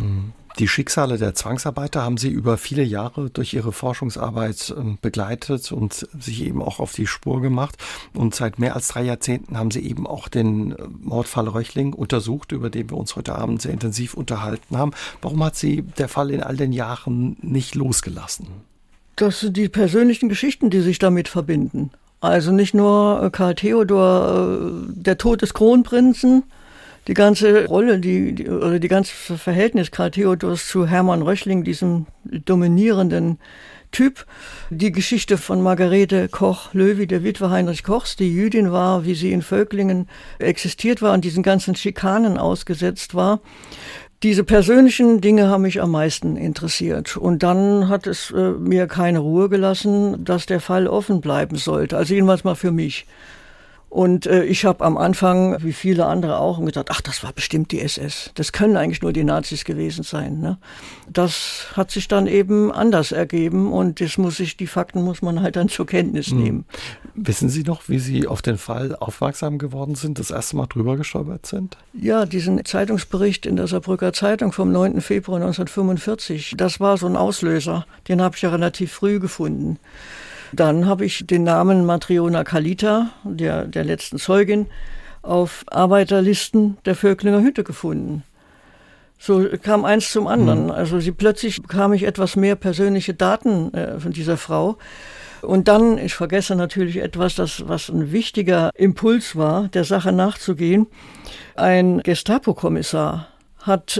Die Schicksale der Zwangsarbeiter haben Sie über viele Jahre durch Ihre Forschungsarbeit begleitet und sich eben auch auf die Spur gemacht. Und seit mehr als 3 Jahrzehnten haben Sie eben auch den Mordfall Röchling untersucht, über den wir uns heute Abend sehr intensiv unterhalten haben. Warum hat Sie der Fall in all den Jahren nicht losgelassen? Das sind die persönlichen Geschichten, die sich damit verbinden. Also nicht nur Karl Theodor, der Tod des Kronprinzen, die ganze Rolle, die ganze Verhältnis Karl Theodors zu Hermann Röchling, diesem dominierenden Typ. Die Geschichte von Margarete Koch-Löwy, der Witwe Heinrich Kochs, die Jüdin war, wie sie in Völklingen existiert war und diesen ganzen Schikanen ausgesetzt war. Diese persönlichen Dinge haben mich am meisten interessiert. Und dann hat es mir keine Ruhe gelassen, dass der Fall offen bleiben sollte. Also jedenfalls mal für mich. Und ich habe am Anfang, wie viele andere auch, gedacht, ach, das war bestimmt die SS. Das können eigentlich nur die Nazis gewesen sein. Ne? Das hat sich dann eben anders ergeben und die Fakten muss man halt dann zur Kenntnis nehmen. Wissen Sie noch, wie Sie auf den Fall aufmerksam geworden sind, das erste Mal drüber gestolpert sind? Ja, diesen Zeitungsbericht in der Saarbrücker Zeitung vom 9. Februar 1945, das war so ein Auslöser. Den habe ich ja relativ früh gefunden. Dann habe ich den Namen Matriona Kalita, der letzten Zeugin, auf Arbeiterlisten der Völklinger Hütte gefunden. So kam eins zum anderen. Also plötzlich bekam ich etwas mehr persönliche Daten von dieser Frau. Und dann, ich vergesse natürlich etwas, was ein wichtiger Impuls war, der Sache nachzugehen. Ein Gestapo-Kommissar hat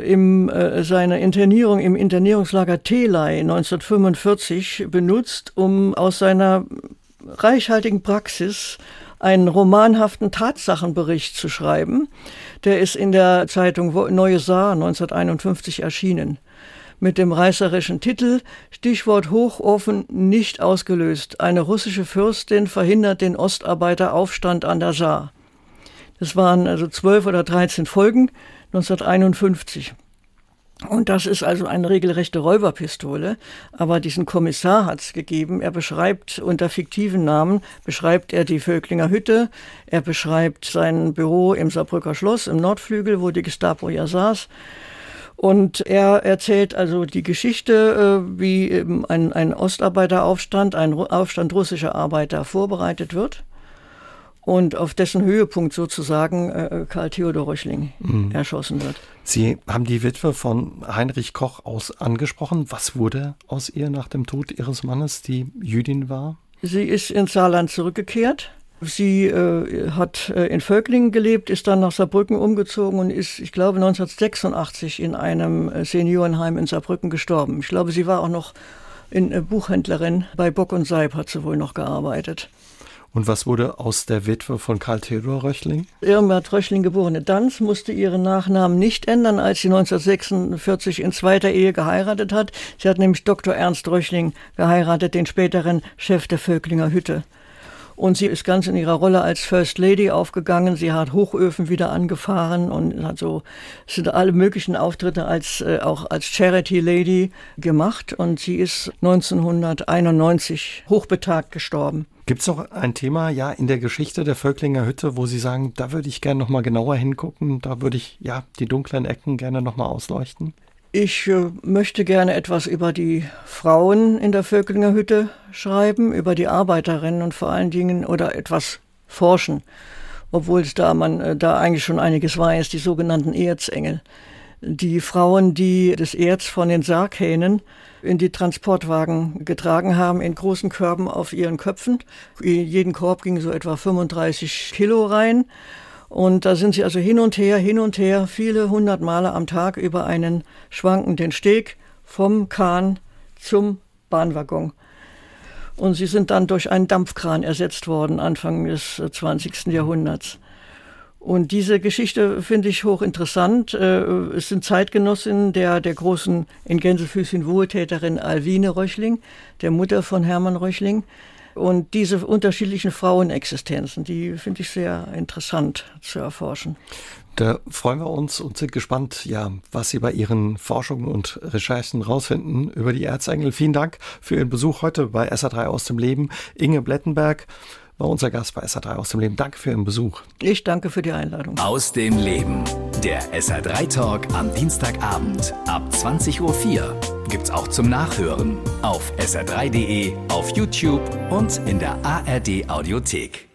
seine Internierung im Internierungslager Telei 1945 benutzt, um aus seiner reichhaltigen Praxis einen romanhaften Tatsachenbericht zu schreiben. Der ist in der Zeitung Neue Saar 1951 erschienen. Mit dem reißerischen Titel Stichwort Hochofen nicht ausgelöst. Eine russische Fürstin verhindert den Ostarbeiteraufstand an der Saar. Das waren also 12 oder 13 Folgen. 1951. Und das ist also eine regelrechte Räuberpistole. Aber diesen Kommissar hat es gegeben. Er beschreibt unter fiktiven Namen, beschreibt er die Völklinger Hütte. Er beschreibt sein Büro im Saarbrücker Schloss, im Nordflügel, wo die Gestapo ja saß. Und er erzählt also die Geschichte, wie eben ein Ostarbeiteraufstand, ein Aufstand russischer Arbeiter vorbereitet wird. Und auf dessen Höhepunkt sozusagen Karl Theodor Röchling erschossen wird. Sie haben die Witwe von Heinrich Koch angesprochen. Was wurde aus ihr nach dem Tod ihres Mannes, die Jüdin war? Sie ist ins Saarland zurückgekehrt. Sie hat in Völklingen gelebt, ist dann nach Saarbrücken umgezogen und ist, ich glaube, 1986 in einem Seniorenheim in Saarbrücken gestorben. Ich glaube, sie war auch noch Buchhändlerin. Bei Bock und Seib hat sie wohl noch gearbeitet. Und was wurde aus der Witwe von Karl Theodor Röchling? Irmgard Röchling, geborene Danz, musste ihren Nachnamen nicht ändern, als sie 1946 in zweiter Ehe geheiratet hat. Sie hat nämlich Dr. Ernst Röchling geheiratet, den späteren Chef der Völklinger Hütte. Und sie ist ganz in ihrer Rolle als First Lady aufgegangen. Sie hat Hochöfen wieder angefahren und hat sind alle möglichen Auftritte auch als Charity Lady gemacht. Und sie ist 1991 hochbetagt gestorben. Gibt es noch ein Thema in der Geschichte der Völklinger Hütte, wo Sie sagen, da würde ich gerne noch mal genauer hingucken, da würde ich die dunklen Ecken gerne noch mal ausleuchten? Ich möchte gerne etwas über die Frauen in der Völklinger Hütte schreiben, über die Arbeiterinnen und vor allen Dingen oder etwas forschen, obwohl man da eigentlich schon einiges weiß, die sogenannten Erzengel. Die Frauen, die das Erz von den Sarghähnen in die Transportwagen getragen haben, in großen Körben auf ihren Köpfen. In jeden Korb ging so etwa 35 Kilo rein. Und da sind sie also hin und her, viele 100 Male am Tag über einen schwankenden Steg vom Kahn zum Bahnwaggon. Und sie sind dann durch einen Dampfkran ersetzt worden, Anfang des 20. Jahrhunderts. Und diese Geschichte finde ich hochinteressant. Es sind Zeitgenossinnen der großen, in Gänsefüßchen Wohltäterin Alwine Röchling, der Mutter von Hermann Röchling. Und diese unterschiedlichen Frauenexistenzen, die finde ich sehr interessant zu erforschen. Da freuen wir uns und sind gespannt, was Sie bei Ihren Forschungen und Recherchen rausfinden über die Erzengel. Vielen Dank für Ihren Besuch heute bei SA3 aus dem Leben. Inge Blettenberg, war unser Gast bei SR3 aus dem Leben. Danke für Ihren Besuch. Ich danke für die Einladung. Aus dem Leben. Der SR3-Talk am Dienstagabend ab 20.04 Uhr. Gibt's auch zum Nachhören auf sr3.de, auf YouTube und in der ARD-Audiothek.